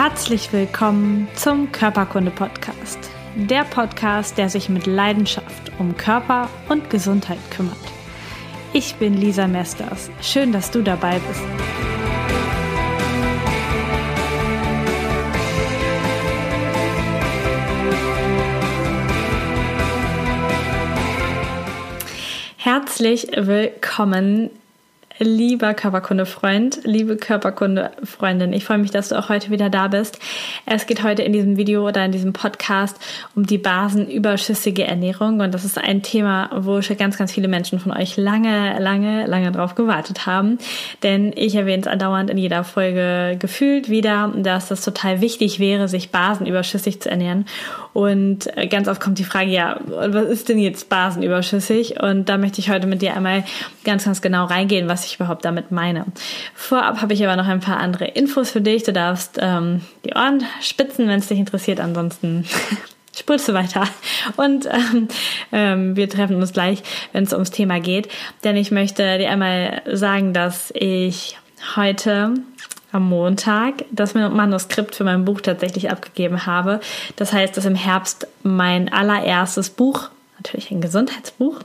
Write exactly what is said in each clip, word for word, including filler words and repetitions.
Herzlich willkommen zum Körperkunde-Podcast. Der Podcast, der sich mit Leidenschaft um Körper und Gesundheit kümmert. Ich bin Lisa Mesters. Schön, dass du dabei bist. Herzlich willkommen, lieber Körperkunde-Freund, liebe Körperkunde-Freundin. Ich freue mich, dass du auch heute wieder da bist. Es geht heute in diesem Video oder in diesem Podcast um die basenüberschüssige Ernährung. Und das ist ein Thema, wo schon ganz, ganz viele Menschen von euch lange, lange, lange drauf gewartet haben. Denn ich erwähne es andauernd in jeder Folge gefühlt wieder, dass das total wichtig wäre, sich basenüberschüssig zu ernähren. Und ganz oft kommt die Frage, ja, was ist denn jetzt basenüberschüssig? Und da möchte ich heute mit dir einmal ganz, ganz genau reingehen, was ich überhaupt damit meine. Vorab habe ich aber noch ein paar andere Infos für dich. Du darfst ähm, die Ohren spitzen, wenn es dich interessiert. Ansonsten spulst du weiter. Und ähm, ähm, wir treffen uns gleich, wenn es ums Thema geht. Denn ich möchte dir einmal sagen, dass ich heute am Montag das Manuskript für mein Buch tatsächlich abgegeben habe. Das heißt, dass im Herbst mein allererstes Buch, natürlich ein Gesundheitsbuch,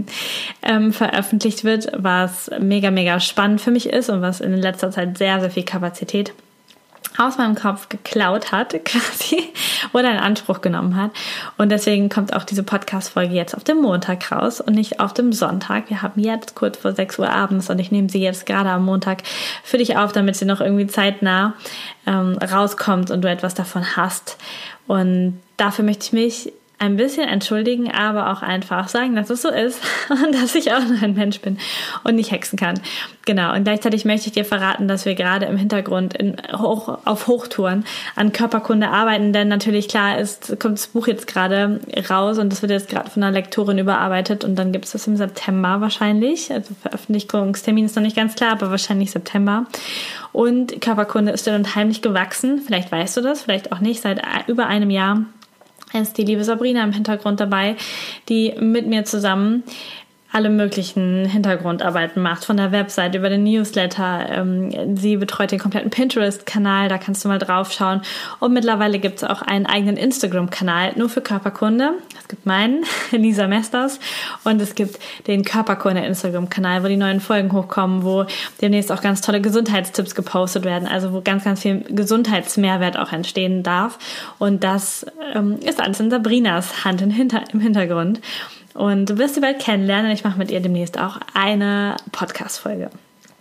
ähm, veröffentlicht wird, was mega, mega spannend für mich ist und was in letzter Zeit sehr, sehr viel Kapazität aus meinem Kopf geklaut hat, quasi, oder in Anspruch genommen hat. Und deswegen kommt auch diese Podcast-Folge jetzt auf dem Montag raus und nicht auf dem Sonntag. Wir haben jetzt kurz vor sechs Uhr abends und ich nehme sie jetzt gerade am Montag für dich auf, damit sie noch irgendwie zeitnah ähm, rauskommt und du etwas davon hast. Und dafür möchte ich mich ein bisschen entschuldigen, aber auch einfach sagen, dass es so ist und dass ich auch nur ein Mensch bin und nicht hexen kann. Genau, und gleichzeitig möchte ich dir verraten, dass wir gerade im Hintergrund in hoch, auf Hochtouren an Körperkunde arbeiten, denn natürlich, klar, ist, kommt das Buch jetzt gerade raus und das wird jetzt gerade von einer Lektorin überarbeitet und dann gibt es das im September wahrscheinlich. Also Veröffentlichungstermin ist noch nicht ganz klar, aber wahrscheinlich September. Und Körperkunde ist still und heimlich gewachsen. Vielleicht weißt du das, vielleicht auch nicht, seit über einem Jahr ist die liebe Sabrina im Hintergrund dabei, die mit mir zusammen alle möglichen Hintergrundarbeiten macht, von der Website über den Newsletter. Sie betreut den kompletten Pinterest-Kanal, da kannst du mal drauf schauen. Und mittlerweile gibt es auch einen eigenen Instagram-Kanal, nur für Körperkunde. Es gibt meinen, Lisa Mesters, und es gibt den Körperkunde-Instagram-Kanal, wo die neuen Folgen hochkommen, wo demnächst auch ganz tolle Gesundheitstipps gepostet werden, also wo ganz, ganz viel Gesundheitsmehrwert auch entstehen darf. Und das ähm, ist alles in Sabrinas Hand im, Hinter- im Hintergrund. Und du wirst sie bald kennenlernen. Ich mache mit ihr demnächst auch eine Podcast-Folge.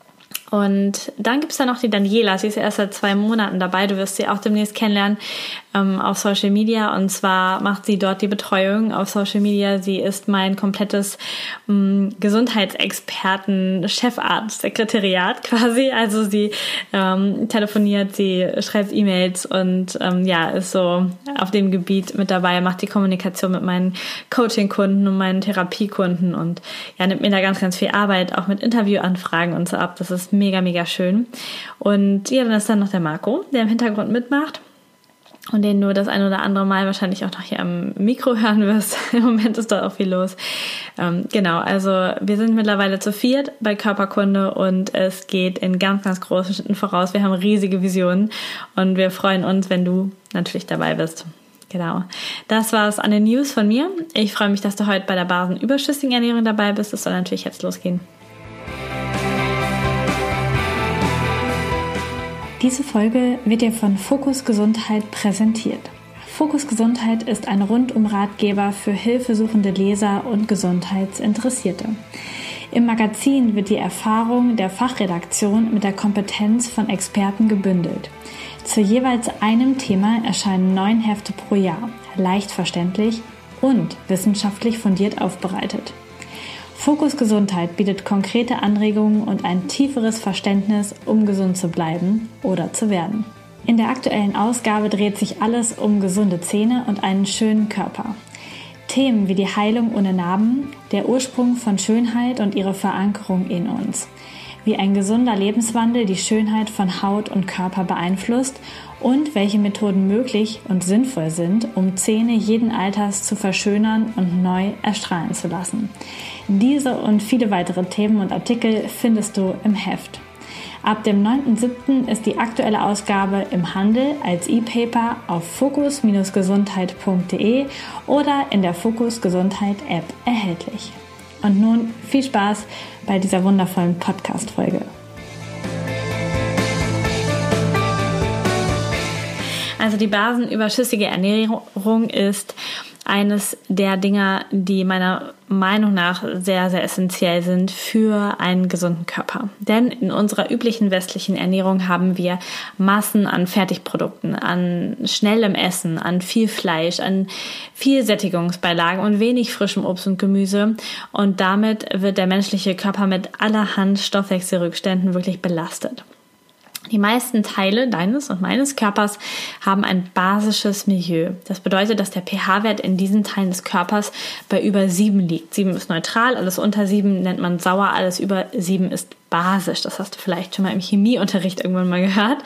Und dann gibt es da noch die Daniela. Sie ist ja erst seit zwei Monaten dabei. Du wirst sie auch demnächst kennenlernen ähm, auf Social Media. Und zwar macht sie dort die Betreuung auf Social Media. Sie ist mein komplettes ähm, Gesundheitsexperten, Chefarzt, Sekretariat quasi. Also sie ähm, telefoniert, sie schreibt E-Mails und ähm, ja, ist so auf dem Gebiet mit dabei, macht die Kommunikation mit meinen Coaching-Kunden und meinen Therapiekunden und ja, nimmt mir da ganz, ganz viel Arbeit, auch mit Interviewanfragen und so ab. Das ist mega, mega schön. Und ja, dann ist dann noch der Marco, der im Hintergrund mitmacht und den du das ein oder andere Mal wahrscheinlich auch noch hier am Mikro hören wirst. Im Moment ist da auch viel los. Ähm, genau, also wir sind mittlerweile zu viert bei Körperkunde und es geht in ganz, ganz großen Schritten voraus. Wir haben riesige Visionen und wir freuen uns, wenn du natürlich dabei bist. Genau, das war es an den News von mir. Ich freue mich, dass du heute bei der basenüberschüssigen Ernährung dabei bist. Es soll natürlich jetzt losgehen. Diese Folge wird dir von Fokus Gesundheit präsentiert. Fokus Gesundheit ist ein Rundum-Ratgeber für hilfesuchende Leser und Gesundheitsinteressierte. Im Magazin wird die Erfahrung der Fachredaktion mit der Kompetenz von Experten gebündelt. Zu jeweils einem Thema erscheinen neun Hefte pro Jahr, leicht verständlich und wissenschaftlich fundiert aufbereitet. Fokus Gesundheit bietet konkrete Anregungen und ein tieferes Verständnis, um gesund zu bleiben oder zu werden. In der aktuellen Ausgabe dreht sich alles um gesunde Zähne und einen schönen Körper. Themen wie die Heilung ohne Narben, der Ursprung von Schönheit und ihre Verankerung in uns. Wie ein gesunder Lebenswandel die Schönheit von Haut und Körper beeinflusst und welche Methoden möglich und sinnvoll sind, um Zähne jeden Alters zu verschönern und neu erstrahlen zu lassen. Diese und viele weitere Themen und Artikel findest du im Heft. Ab dem neunten siebten ist die aktuelle Ausgabe im Handel als E-Paper auf fokus gesundheit punkt de oder in der Fokus Gesundheit App erhältlich. Und nun viel Spaß bei dieser wundervollen Podcast-Folge. Also die basenüberschüssige Ernährung ist eines der Dinger, die meiner Meinung nach sehr, sehr essentiell sind für einen gesunden Körper. Denn in unserer üblichen westlichen Ernährung haben wir Massen an Fertigprodukten, an schnellem Essen, an viel Fleisch, an viel Sättigungsbeilagen und wenig frischem Obst und Gemüse. Und damit wird der menschliche Körper mit allerhand Stoffwechselrückständen wirklich belastet. Die meisten Teile deines und meines Körpers haben ein basisches Milieu. Das bedeutet, dass der pH-Wert in diesen Teilen des Körpers bei über sieben liegt. sieben ist neutral, alles unter sieben nennt man sauer, alles über sieben ist basisch. Das hast du vielleicht schon mal im Chemieunterricht irgendwann mal gehört.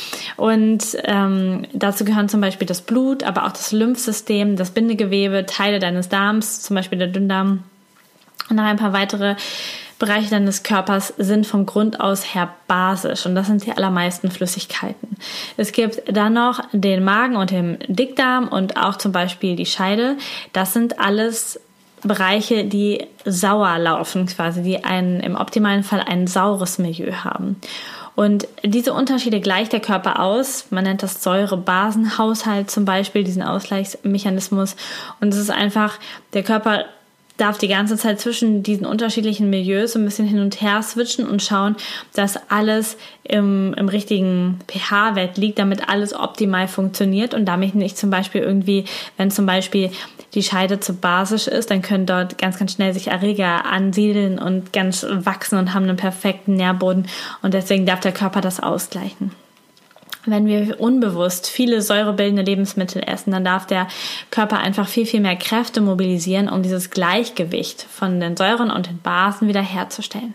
Und ähm, dazu gehören zum Beispiel das Blut, aber auch das Lymphsystem, das Bindegewebe, Teile deines Darms, zum Beispiel der Dünndarm und noch ein paar weitere Bereiche deines Körpers sind vom Grund aus her basisch und das sind die allermeisten Flüssigkeiten. Es gibt dann noch den Magen und den Dickdarm und auch zum Beispiel die Scheide. Das sind alles Bereiche, die sauer laufen, quasi, die einen, im optimalen Fall ein saures Milieu haben. Und diese Unterschiede gleicht der Körper aus. Man nennt das Säure-Basen-Haushalt zum Beispiel, diesen Ausgleichsmechanismus. Und es ist einfach, der Körper darf die ganze Zeit zwischen diesen unterschiedlichen Milieus so ein bisschen hin und her switchen und schauen, dass alles im, im richtigen pH-Wert liegt, damit alles optimal funktioniert und damit nicht zum Beispiel irgendwie, wenn zum Beispiel die Scheide zu basisch ist, dann können dort ganz, ganz schnell sich Erreger ansiedeln und ganz wachsen und haben einen perfekten Nährboden und deswegen darf der Körper das ausgleichen. Wenn wir unbewusst viele säurebildende Lebensmittel essen, dann darf der Körper einfach viel, viel mehr Kräfte mobilisieren, um dieses Gleichgewicht von den Säuren und den Basen wiederherzustellen.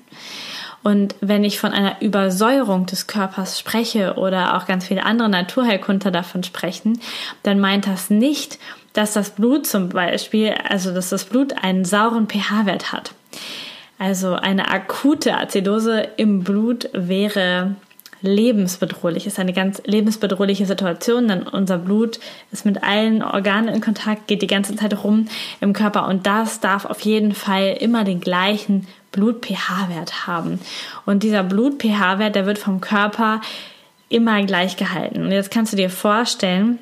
Und wenn ich von einer Übersäuerung des Körpers spreche oder auch ganz viele andere Naturheilkundler davon sprechen, dann meint das nicht, dass das Blut zum Beispiel, also dass das Blut einen sauren pH-Wert hat. Also eine akute Azidose im Blut wäre lebensbedrohlich, ist eine ganz lebensbedrohliche Situation, denn unser Blut ist mit allen Organen in Kontakt, geht die ganze Zeit rum im Körper und das darf auf jeden Fall immer den gleichen Blut-pH-Wert haben. Und dieser Blut-pH-Wert, der wird vom Körper immer gleich gehalten. Und jetzt kannst du dir vorstellen,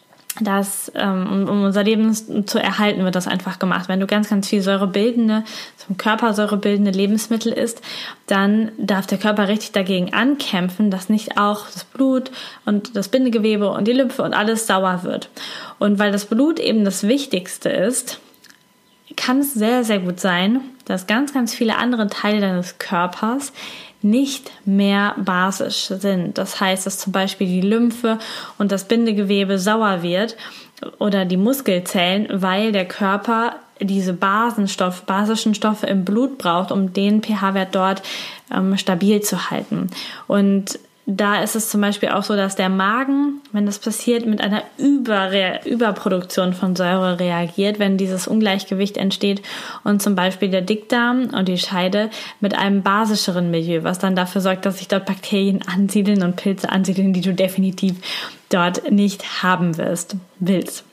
dass ähm, um unser Leben zu erhalten, wird das einfach gemacht. Wenn du ganz, ganz viel säurebildende, zum Körper säurebildende Lebensmittel isst, dann darf der Körper richtig dagegen ankämpfen, dass nicht auch das Blut und das Bindegewebe und die Lymphe und alles sauer wird. Und weil das Blut eben das Wichtigste ist, kann es sehr, sehr gut sein, dass ganz, ganz viele andere Teile deines Körpers nicht mehr basisch sind. Das heißt, dass zum Beispiel die Lymphe und das Bindegewebe sauer wird oder die Muskelzellen, weil der Körper diese Basenstoff, basischen Stoffe im Blut braucht, um den pH-Wert dort ähm, stabil zu halten. Und da ist es zum Beispiel auch so, dass der Magen, wenn das passiert, mit einer Überre- Überproduktion von Säure reagiert, wenn dieses Ungleichgewicht entsteht und zum Beispiel der Dickdarm und die Scheide mit einem basischeren Milieu, was dann dafür sorgt, dass sich dort Bakterien ansiedeln und Pilze ansiedeln, die du definitiv dort nicht haben wirst, willst.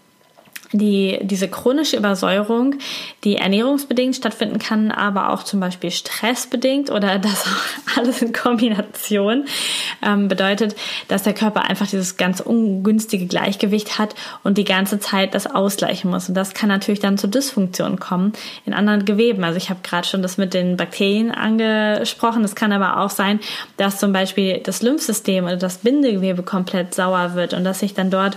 Die, diese chronische Übersäuerung, die ernährungsbedingt stattfinden kann, aber auch zum Beispiel stressbedingt oder das auch alles in Kombination, ähm, bedeutet, dass der Körper einfach dieses ganz ungünstige Gleichgewicht hat und die ganze Zeit das ausgleichen muss. Und das kann natürlich dann zu Dysfunktionen kommen in anderen Geweben. Also ich habe gerade schon das mit den Bakterien angesprochen. Es kann aber auch sein, dass zum Beispiel das Lymphsystem oder das Bindegewebe komplett sauer wird und dass sich dann dort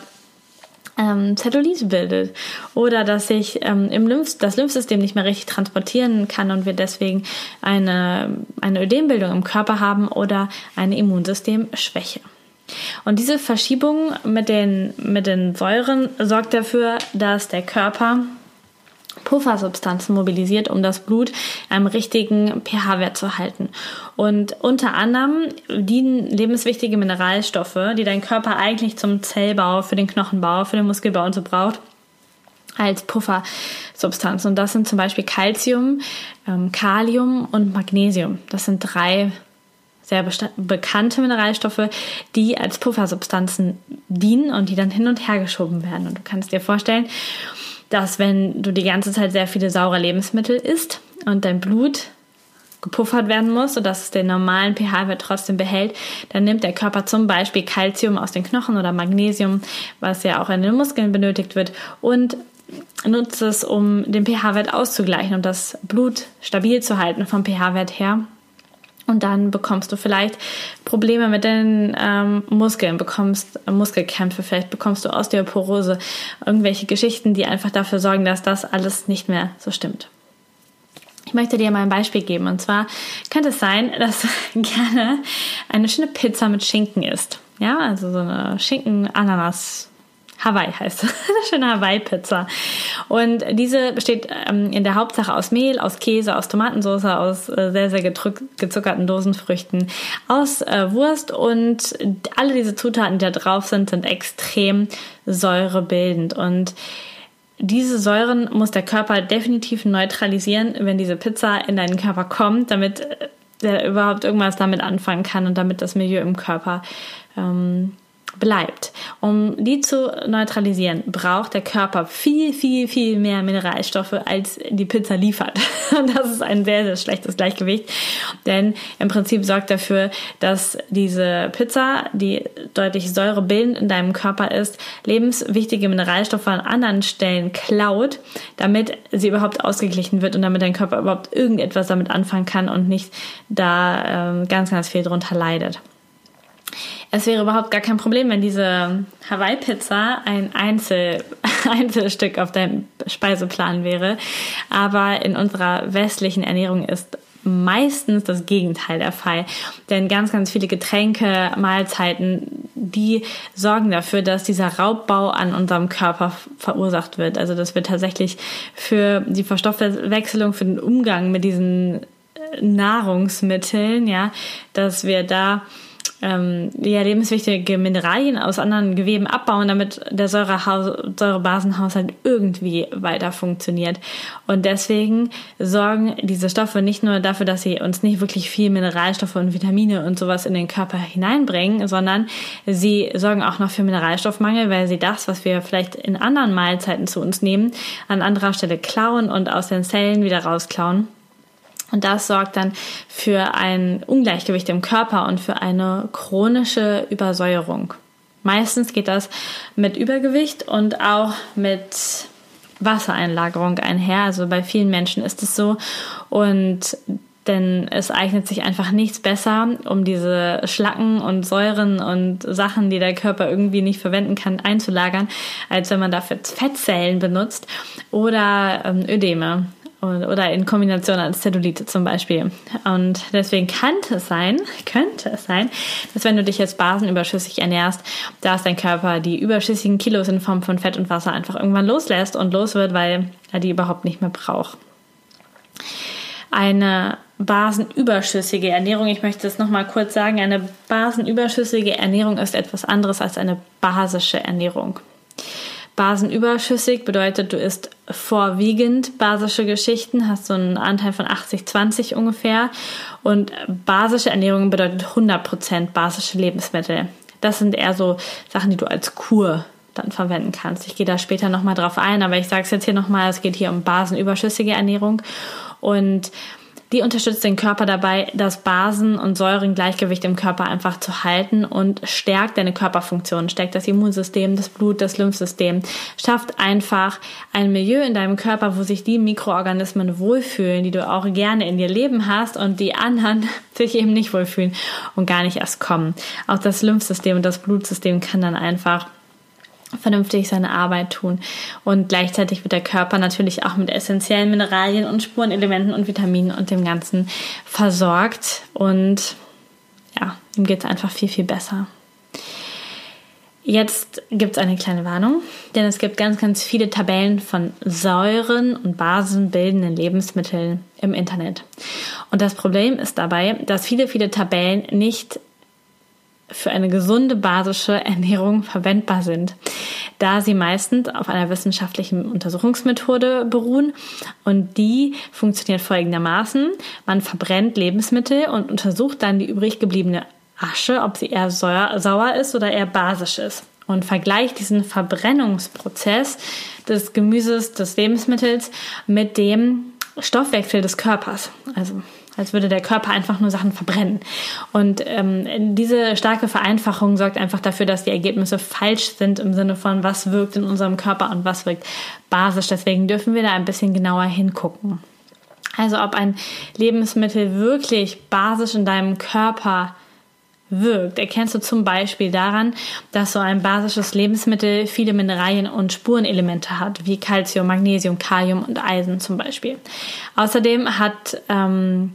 ähm, Zellulit bildet oder dass sich ähm, im Lymph, das Lymphsystem nicht mehr richtig transportieren kann und wir deswegen eine, eine Ödembildung im Körper haben oder eine Immunsystemschwäche. Und diese Verschiebung mit den, mit den Säuren sorgt dafür, dass der Körper Puffersubstanzen mobilisiert, um das Blut einem richtigen pH-Wert zu halten. Und unter anderem dienen lebenswichtige Mineralstoffe, die dein Körper eigentlich zum Zellbau, für den Knochenbau, für den Muskelbau und so braucht, als Puffersubstanzen. Und das sind zum Beispiel Calcium, ähm, Kalium und Magnesium. Das sind drei sehr besta- bekannte Mineralstoffe, die als Puffersubstanzen dienen und die dann hin und her geschoben werden. Und du kannst dir vorstellen, dass wenn du die ganze Zeit sehr viele saure Lebensmittel isst und dein Blut gepuffert werden muss, sodass es den normalen pH-Wert trotzdem behält, dann nimmt der Körper zum Beispiel Calcium aus den Knochen oder Magnesium, was ja auch in den Muskeln benötigt wird, und nutzt es, um den pH-Wert auszugleichen und das Blut stabil zu halten vom pH-Wert her. Und dann bekommst du vielleicht Probleme mit den ähm, Muskeln, bekommst Muskelkrämpfe, vielleicht bekommst du Osteoporose, irgendwelche Geschichten, die einfach dafür sorgen, dass das alles nicht mehr so stimmt. Ich möchte dir mal ein Beispiel geben. Und zwar könnte es sein, dass du gerne eine schöne Pizza mit Schinken isst. Ja, also so eine Schinken-Ananas- Hawaii heißt es. Eine schöne Hawaii-Pizza. Und diese besteht ähm, in der Hauptsache aus Mehl, aus Käse, aus Tomatensauce, aus äh, sehr, sehr gedrück, gezuckerten Dosenfrüchten, aus äh, Wurst. Und alle diese Zutaten, die da drauf sind, sind extrem säurebildend. Und diese Säuren muss der Körper definitiv neutralisieren, wenn diese Pizza in deinen Körper kommt, damit er überhaupt irgendwas damit anfangen kann und damit das Milieu im Körper ähm, bleibt. Um die zu neutralisieren, braucht der Körper viel, viel, viel mehr Mineralstoffe, als die Pizza liefert. Und das ist ein sehr, sehr schlechtes Gleichgewicht, denn im Prinzip sorgt dafür, dass diese Pizza, die deutlich säurebildend in deinem Körper ist, lebenswichtige Mineralstoffe an anderen Stellen klaut, damit sie überhaupt ausgeglichen wird und damit dein Körper überhaupt irgendetwas damit anfangen kann und nicht da ähm, ganz, ganz viel drunter leidet. Es wäre überhaupt gar kein Problem, wenn diese Hawaii-Pizza ein Einzel, Einzelstück auf deinem Speiseplan wäre. Aber in unserer westlichen Ernährung ist meistens das Gegenteil der Fall. Denn ganz, ganz viele Getränke, Mahlzeiten, die sorgen dafür, dass dieser Raubbau an unserem Körper verursacht wird. Also dass wir tatsächlich für die Verstoffwechselung, für den Umgang mit diesen Nahrungsmitteln, ja, dass wir da Ähm, ja, lebenswichtige Mineralien aus anderen Geweben abbauen, damit der Säurehaus- Säurebasenhaushalt irgendwie weiter funktioniert. Und deswegen sorgen diese Stoffe nicht nur dafür, dass sie uns nicht wirklich viel Mineralstoffe und Vitamine und sowas in den Körper hineinbringen, sondern sie sorgen auch noch für Mineralstoffmangel, weil sie das, was wir vielleicht in anderen Mahlzeiten zu uns nehmen, an anderer Stelle klauen und aus den Zellen wieder rausklauen. Und das sorgt dann für ein Ungleichgewicht im Körper und für eine chronische Übersäuerung. Meistens geht das mit Übergewicht und auch mit Wassereinlagerung einher. Also bei vielen Menschen ist es so. Und denn es eignet sich einfach nichts besser, um diese Schlacken und Säuren und Sachen, die der Körper irgendwie nicht verwenden kann, einzulagern, als wenn man dafür Fettzellen benutzt oder ähm, Ödeme. Oder in Kombination als Zellulite zum Beispiel. Und deswegen könnte es sein, könnte es sein, dass wenn du dich jetzt basenüberschüssig ernährst, dass dein Körper die überschüssigen Kilos in Form von Fett und Wasser einfach irgendwann loslässt und los wird, weil er die überhaupt nicht mehr braucht. Eine basenüberschüssige Ernährung, ich möchte es nochmal kurz sagen, eine basenüberschüssige Ernährung ist etwas anderes als eine basische Ernährung. Basenüberschüssig bedeutet, du isst vorwiegend basische Geschichten, hast so einen Anteil von achtzig zwanzig ungefähr. Und basische Ernährung bedeutet hundert Prozent basische Lebensmittel. Das sind eher so Sachen, die du als Kur dann verwenden kannst. Ich gehe da später nochmal drauf ein, aber ich sage es jetzt hier nochmal, es geht hier um basenüberschüssige Ernährung. Und die unterstützt den Körper dabei, das Basen- und Säurengleichgewicht im Körper einfach zu halten und stärkt deine Körperfunktion, stärkt das Immunsystem, das Blut, das Lymphsystem, schafft einfach ein Milieu in deinem Körper, wo sich die Mikroorganismen wohlfühlen, die du auch gerne in dir leben hast und die anderen sich eben nicht wohlfühlen und gar nicht erst kommen. Auch das Lymphsystem und das Blutsystem kann dann einfach vernünftig seine Arbeit tun. Und gleichzeitig wird der Körper natürlich auch mit essentiellen Mineralien und Spurenelementen und Vitaminen und dem Ganzen versorgt. Und ja, ihm geht es einfach viel, viel besser. Jetzt gibt es eine kleine Warnung, denn es gibt ganz, ganz viele Tabellen von Säuren und basenbildenden Lebensmitteln im Internet. Und das Problem ist dabei, dass viele, viele Tabellen nicht für eine gesunde basische Ernährung verwendbar sind. da sie meistens auf einer wissenschaftlichen Untersuchungsmethode beruhen. Und die funktioniert folgendermaßen. Man verbrennt Lebensmittel und untersucht dann die übrig gebliebene Asche, ob sie eher sauer, sauer ist oder eher basisch ist. Und vergleicht diesen Verbrennungsprozess des Gemüses, des Lebensmittels mit dem Stoffwechsel des Körpers. Also als würde der Körper einfach nur Sachen verbrennen. Und ähm, diese starke Vereinfachung sorgt einfach dafür, dass die Ergebnisse falsch sind im Sinne von, was wirkt in unserem Körper und was wirkt basisch. Deswegen dürfen wir da ein bisschen genauer hingucken. Also ob ein Lebensmittel wirklich basisch in deinem Körper wirkt, erkennst du zum Beispiel daran, dass so ein basisches Lebensmittel viele Mineralien und Spurenelemente hat, wie Calcium, Magnesium, Kalium und Eisen zum Beispiel. Außerdem hat ähm,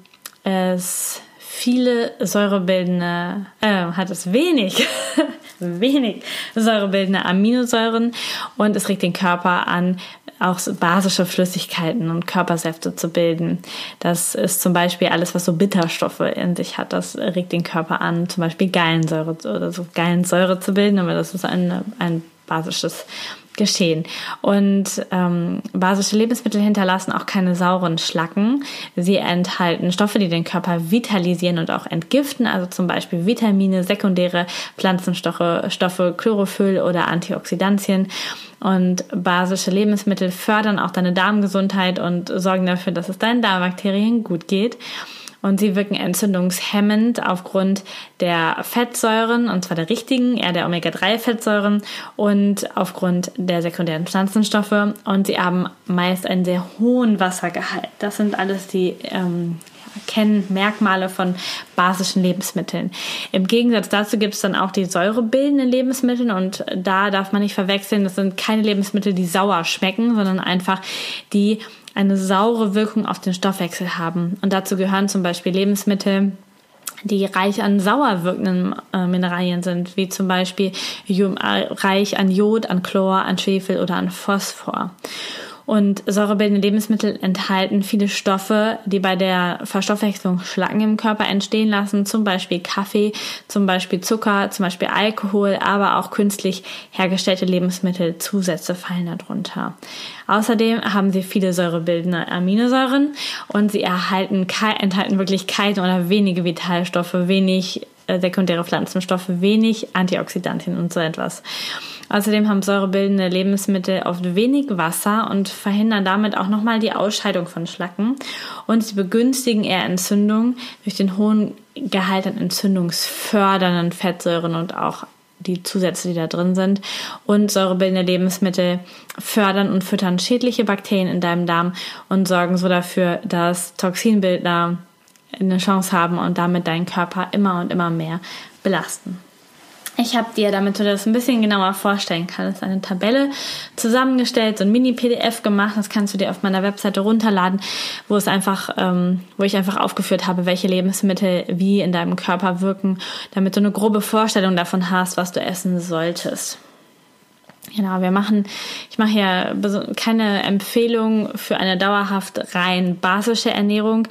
es viele säurebildende, äh, hat es wenig, wenig säurebildende Aminosäuren und es regt den Körper an, auch so basische Flüssigkeiten und Körpersäfte zu bilden. Das ist zum Beispiel alles, was so Bitterstoffe in sich hat. Das regt den Körper an, zum Beispiel Gallensäure oder so Gallensäure zu bilden, aber das ist ein, ein basisches Geschehen. Und ähm, basische Lebensmittel hinterlassen auch keine sauren Schlacken. Sie enthalten Stoffe, die den Körper vitalisieren und auch entgiften, also zum Beispiel Vitamine, sekundäre Pflanzenstoffe, Stoffe, Chlorophyll oder Antioxidantien. Und basische Lebensmittel fördern auch deine Darmgesundheit und sorgen dafür, dass es deinen Darmbakterien gut geht. Und sie wirken entzündungshemmend aufgrund der Fettsäuren, und zwar der richtigen, eher der Omega drei Fettsäuren und aufgrund der sekundären Pflanzenstoffe. Und sie haben meist einen sehr hohen Wassergehalt. Das sind alles die ähm, Kennmerkmale von basischen Lebensmitteln. Im Gegensatz dazu gibt es dann auch die säurebildenden Lebensmittel und da darf man nicht verwechseln, das sind keine Lebensmittel, die sauer schmecken, sondern einfach die eine saure Wirkung auf den Stoffwechsel haben. Und dazu gehören zum Beispiel Lebensmittel, die reich an sauer wirkenden äh, Mineralien sind, wie zum Beispiel reich an Jod, an Chlor, an Schwefel oder an Phosphor. Und säurebildende Lebensmittel enthalten viele Stoffe, die bei der Verstoffwechslung Schlacken im Körper entstehen lassen, zum Beispiel Kaffee, zum Beispiel Zucker, zum Beispiel Alkohol, aber auch künstlich hergestellte Lebensmittelzusätze fallen darunter. Außerdem haben sie viele säurebildende Aminosäuren und sie erhalten, enthalten wirklich keine oder wenige Vitalstoffe, wenig äh, sekundäre Pflanzenstoffe, wenig Antioxidantien und so etwas. Außerdem haben säurebildende Lebensmittel oft wenig Wasser und verhindern damit auch nochmal die Ausscheidung von Schlacken. Und sie begünstigen eher Entzündungen durch den hohen Gehalt an entzündungsfördernden Fettsäuren und auch die Zusätze, die da drin sind. Und säurebildende Lebensmittel fördern und füttern schädliche Bakterien in deinem Darm und sorgen so dafür, dass Toxinbildner eine Chance haben und damit deinen Körper immer und immer mehr belasten. Ich habe dir, damit du das ein bisschen genauer vorstellen kannst, eine Tabelle zusammengestellt, so ein Mini-P D F gemacht. Das kannst du dir auf meiner Webseite runterladen, wo es einfach, ähm, wo ich einfach aufgeführt habe, welche Lebensmittel wie in deinem Körper wirken, damit du eine grobe Vorstellung davon hast, was du essen solltest. Genau, wir machen, ich mache hier keine Empfehlung für eine dauerhaft rein basische Ernährung.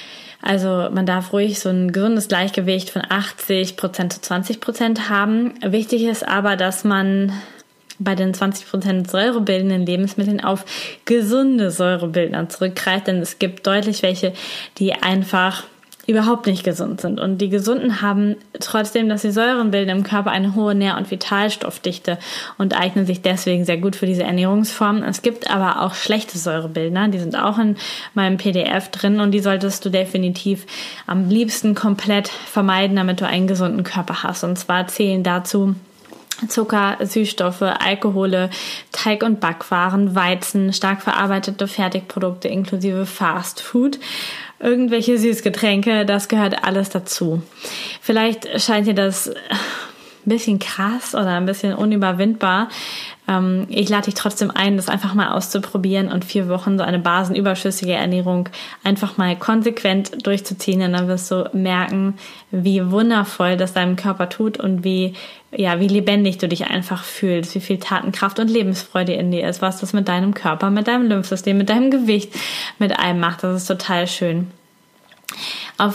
Also man darf ruhig so ein gesundes Gleichgewicht von achtzig Prozent zu zwanzig Prozent haben. Wichtig ist aber, dass man bei den zwanzig Prozent säurebildenden Lebensmitteln auf gesunde Säurebildner zurückgreift, denn es gibt deutlich welche, die einfach überhaupt nicht gesund sind. Und die Gesunden haben trotzdem, dass sie Säuren bilden im Körper, eine hohe Nähr- und Vitalstoffdichte und eignen sich deswegen sehr gut für diese Ernährungsform. Es gibt aber auch schlechte Säurebildner, die sind auch in meinem P D F drin und die solltest du definitiv am liebsten komplett vermeiden, damit du einen gesunden Körper hast. Und zwar zählen dazu Zucker, Süßstoffe, Alkohole, Teig- und Backwaren, Weizen, stark verarbeitete Fertigprodukte inklusive Fast Food, irgendwelche Süßgetränke, das gehört alles dazu. Vielleicht scheint dir das ein bisschen krass oder ein bisschen unüberwindbar. Ich lade dich trotzdem ein, das einfach mal auszuprobieren und vier Wochen so eine basenüberschüssige Ernährung einfach mal konsequent durchzuziehen. Und dann wirst du merken, wie wundervoll das deinem Körper tut und wie, ja, wie lebendig du dich einfach fühlst, wie viel Tatenkraft und Lebensfreude in dir ist, was das mit deinem Körper, mit deinem Lymphsystem, mit deinem Gewicht, mit allem macht. Das ist total schön. Auf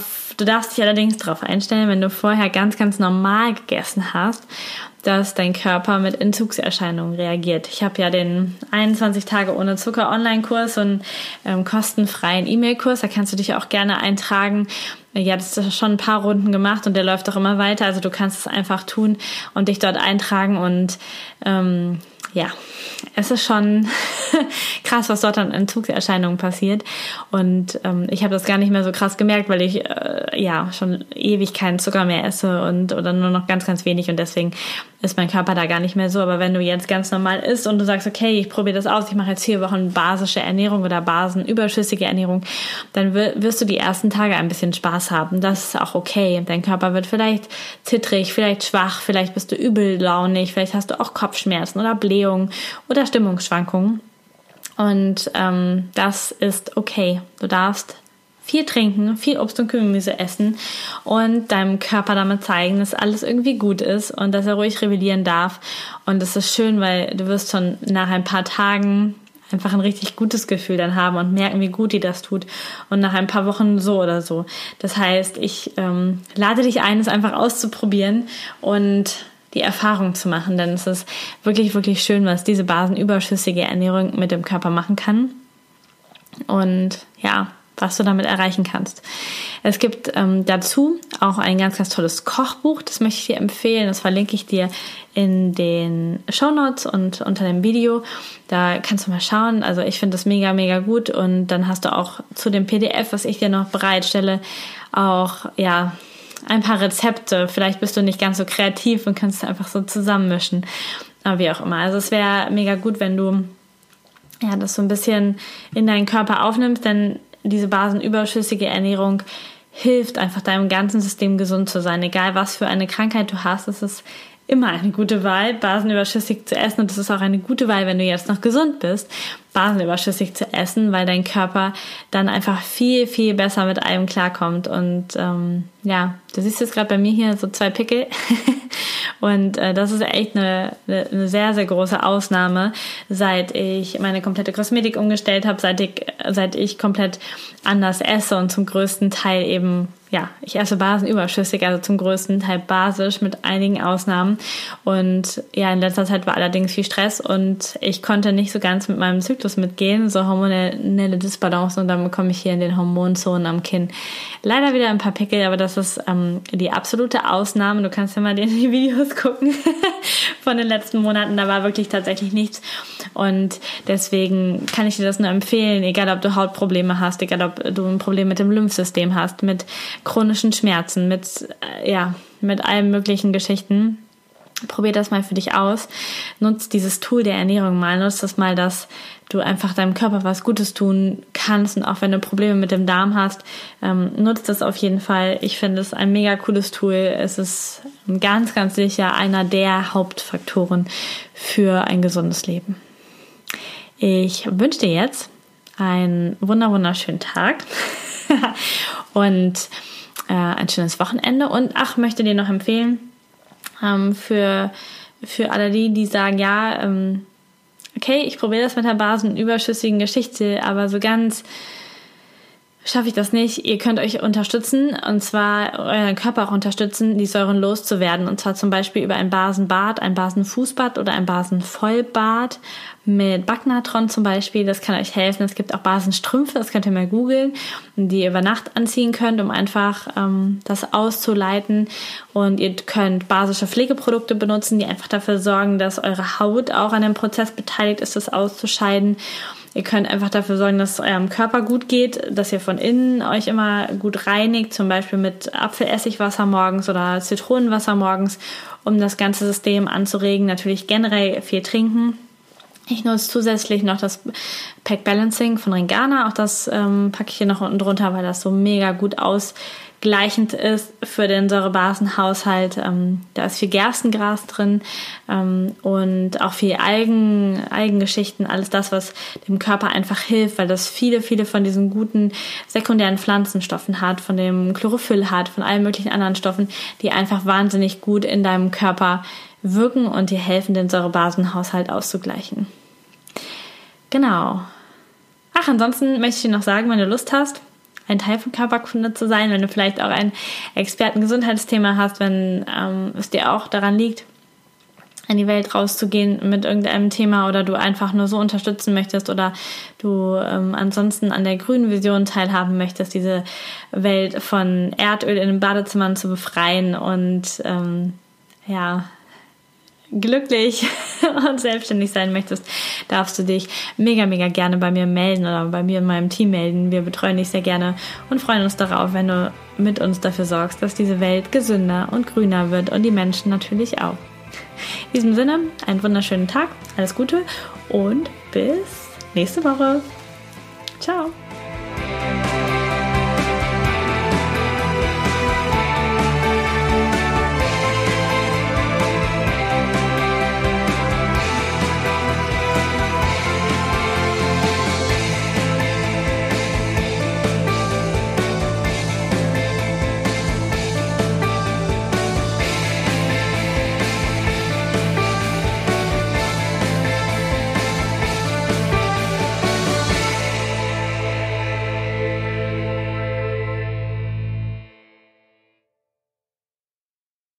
Du darfst dich allerdings darauf einstellen, wenn du vorher ganz, ganz normal gegessen hast, dass dein Körper mit Entzugserscheinungen reagiert. Ich habe ja den einundzwanzig Tage ohne Zucker Online-Kurs und ähm, kostenfreien E-Mail-Kurs. Da kannst du dich auch gerne eintragen. Ja, das ist schon ein paar Runden gemacht und der läuft auch immer weiter. Also du kannst es einfach tun und dich dort eintragen und ähm, ja, es ist schon krass, was dort an Entzugserscheinungen passiert. Und ähm, ich habe das gar nicht mehr so krass gemerkt, weil ich äh, ja schon ewig keinen Zucker mehr esse und oder nur noch ganz, ganz wenig. Und deswegen ist mein Körper da gar nicht mehr so. Aber wenn du jetzt ganz normal isst und du sagst, okay, ich probiere das aus, ich mache jetzt vier Wochen basische Ernährung oder basenüberschüssige Ernährung, dann wirst du die ersten Tage ein bisschen Spaß haben. Das ist auch okay. Dein Körper wird vielleicht zittrig, vielleicht schwach, vielleicht bist du übellaunig, vielleicht hast du auch Kopfschmerzen oder Blähungen oder Stimmungsschwankungen. Und ähm, das ist okay. Du darfst viel trinken, viel Obst und Gemüse essen und deinem Körper damit zeigen, dass alles irgendwie gut ist und dass er ruhig rebellieren darf. Und das ist schön, weil du wirst schon nach ein paar Tagen einfach ein richtig gutes Gefühl dann haben und merken, wie gut dir das tut. Und nach ein paar Wochen so oder so. Das heißt, ich ähm, lade dich ein, es einfach auszuprobieren und die Erfahrung zu machen. Denn es ist wirklich, wirklich schön, was diese basenüberschüssige Ernährung mit dem Körper machen kann. Und ja, was du damit erreichen kannst. Es gibt ähm, dazu auch ein ganz, ganz tolles Kochbuch. Das möchte ich dir empfehlen. Das verlinke ich dir in den Shownotes und unter dem Video. Da kannst du mal schauen. Also ich finde das mega, mega gut. Und dann hast du auch zu dem P D F, was ich dir noch bereitstelle, auch ja ein paar Rezepte. Vielleicht bist du nicht ganz so kreativ und kannst es einfach so zusammenmischen. Aber wie auch immer. Also es wäre mega gut, wenn du ja das so ein bisschen in deinen Körper aufnimmst, denn diese basenüberschüssige Ernährung hilft einfach deinem ganzen System gesund zu sein. Egal was für eine Krankheit du hast, es ist immer eine gute Wahl, basenüberschüssig zu essen. Und es ist auch eine gute Wahl, wenn du jetzt noch gesund bist, basenüberschüssig zu essen, weil dein Körper dann einfach viel, viel besser mit allem klarkommt. Und ähm, ja, du siehst jetzt gerade bei mir hier so zwei Pickel. Und äh, das ist echt eine, eine sehr, sehr große Ausnahme, seit ich meine komplette Kosmetik umgestellt habe, seit ich, seit ich komplett anders esse und zum größten Teil eben, ja, ich esse basenüberschüssig, also zum größten Teil basisch mit einigen Ausnahmen. Und ja, in letzter Zeit war allerdings viel Stress und ich konnte nicht so ganz mit meinem Zyklus mitgehen, so hormonelle Disbalance, und dann bekomme ich hier in den Hormonzonen am Kinn leider wieder ein paar Pickel, aber das ist ähm, die absolute Ausnahme. Du kannst ja mal in die Videos gucken von den letzten Monaten, da war wirklich tatsächlich nichts und deswegen kann ich dir das nur empfehlen, egal ob du Hautprobleme hast, egal ob du ein Problem mit dem Lymphsystem hast, mit chronischen Schmerzen, mit, äh, ja, mit allen möglichen Geschichten. Probier das mal für dich aus. Nutz dieses Tool der Ernährung mal. Nutz das mal, dass du einfach deinem Körper was Gutes tun kannst. Und auch wenn du Probleme mit dem Darm hast, ähm, nutz das auf jeden Fall. Ich finde es ein mega cooles Tool. Es ist ganz, ganz sicher einer der Hauptfaktoren für ein gesundes Leben. Ich wünsche dir jetzt einen wunder wunderschönen Tag und äh, ein schönes Wochenende. Und ach, möchte dir noch empfehlen, ähm, für, für alle die, die sagen, ja, ähm, okay, ich probiere das mit der basenüberschüssigen Geschichte, aber so ganz schaffe ich das nicht. Ihr könnt euch unterstützen, und zwar euren Körper auch unterstützen, die Säuren loszuwerden. Und zwar zum Beispiel über ein Basenbad, ein Basenfußbad oder ein Basenvollbad mit Backnatron zum Beispiel. Das kann euch helfen. Es gibt auch Basenstrümpfe, das könnt ihr mal googeln, die ihr über Nacht anziehen könnt, um einfach ähm, das auszuleiten. Und ihr könnt basische Pflegeprodukte benutzen, die einfach dafür sorgen, dass eure Haut auch an dem Prozess beteiligt ist, das auszuscheiden. Ihr könnt einfach dafür sorgen, dass es eurem Körper gut geht, dass ihr von innen euch immer gut reinigt, zum Beispiel mit Apfelessigwasser morgens oder Zitronenwasser morgens, um das ganze System anzuregen. Natürlich generell viel trinken. Ich nutze zusätzlich noch das Pack Balancing von Ringana. Auch das ähm, packe ich hier noch unten drunter, weil das so mega gut ausgleichend ist für den Säurebasenhaushalt. Ähm, da ist viel Gerstengras drin ähm, und auch viel Algen, Algengeschichten, alles das, was dem Körper einfach hilft, weil das viele, viele von diesen guten sekundären Pflanzenstoffen hat, von dem Chlorophyll hat, von allen möglichen anderen Stoffen, die einfach wahnsinnig gut in deinem Körper wirken und dir helfen, den Säurebasenhaushalt auszugleichen. Genau. Ach, ansonsten möchte ich dir noch sagen, wenn du Lust hast, ein Teil von Körperkunde zu sein, wenn du vielleicht auch ein Experten-Gesundheitsthema hast, wenn ähm, es dir auch daran liegt, in die Welt rauszugehen mit irgendeinem Thema oder du einfach nur so unterstützen möchtest oder du ähm, ansonsten an der grünen Vision teilhaben möchtest, diese Welt von Erdöl in den Badezimmern zu befreien und ähm, ja, glücklich und selbstständig sein möchtest, darfst du dich mega, mega gerne bei mir melden oder bei mir in meinem Team melden. Wir betreuen dich sehr gerne und freuen uns darauf, wenn du mit uns dafür sorgst, dass diese Welt gesünder und grüner wird und die Menschen natürlich auch. In diesem Sinne, einen wunderschönen Tag, alles Gute und bis nächste Woche. Ciao.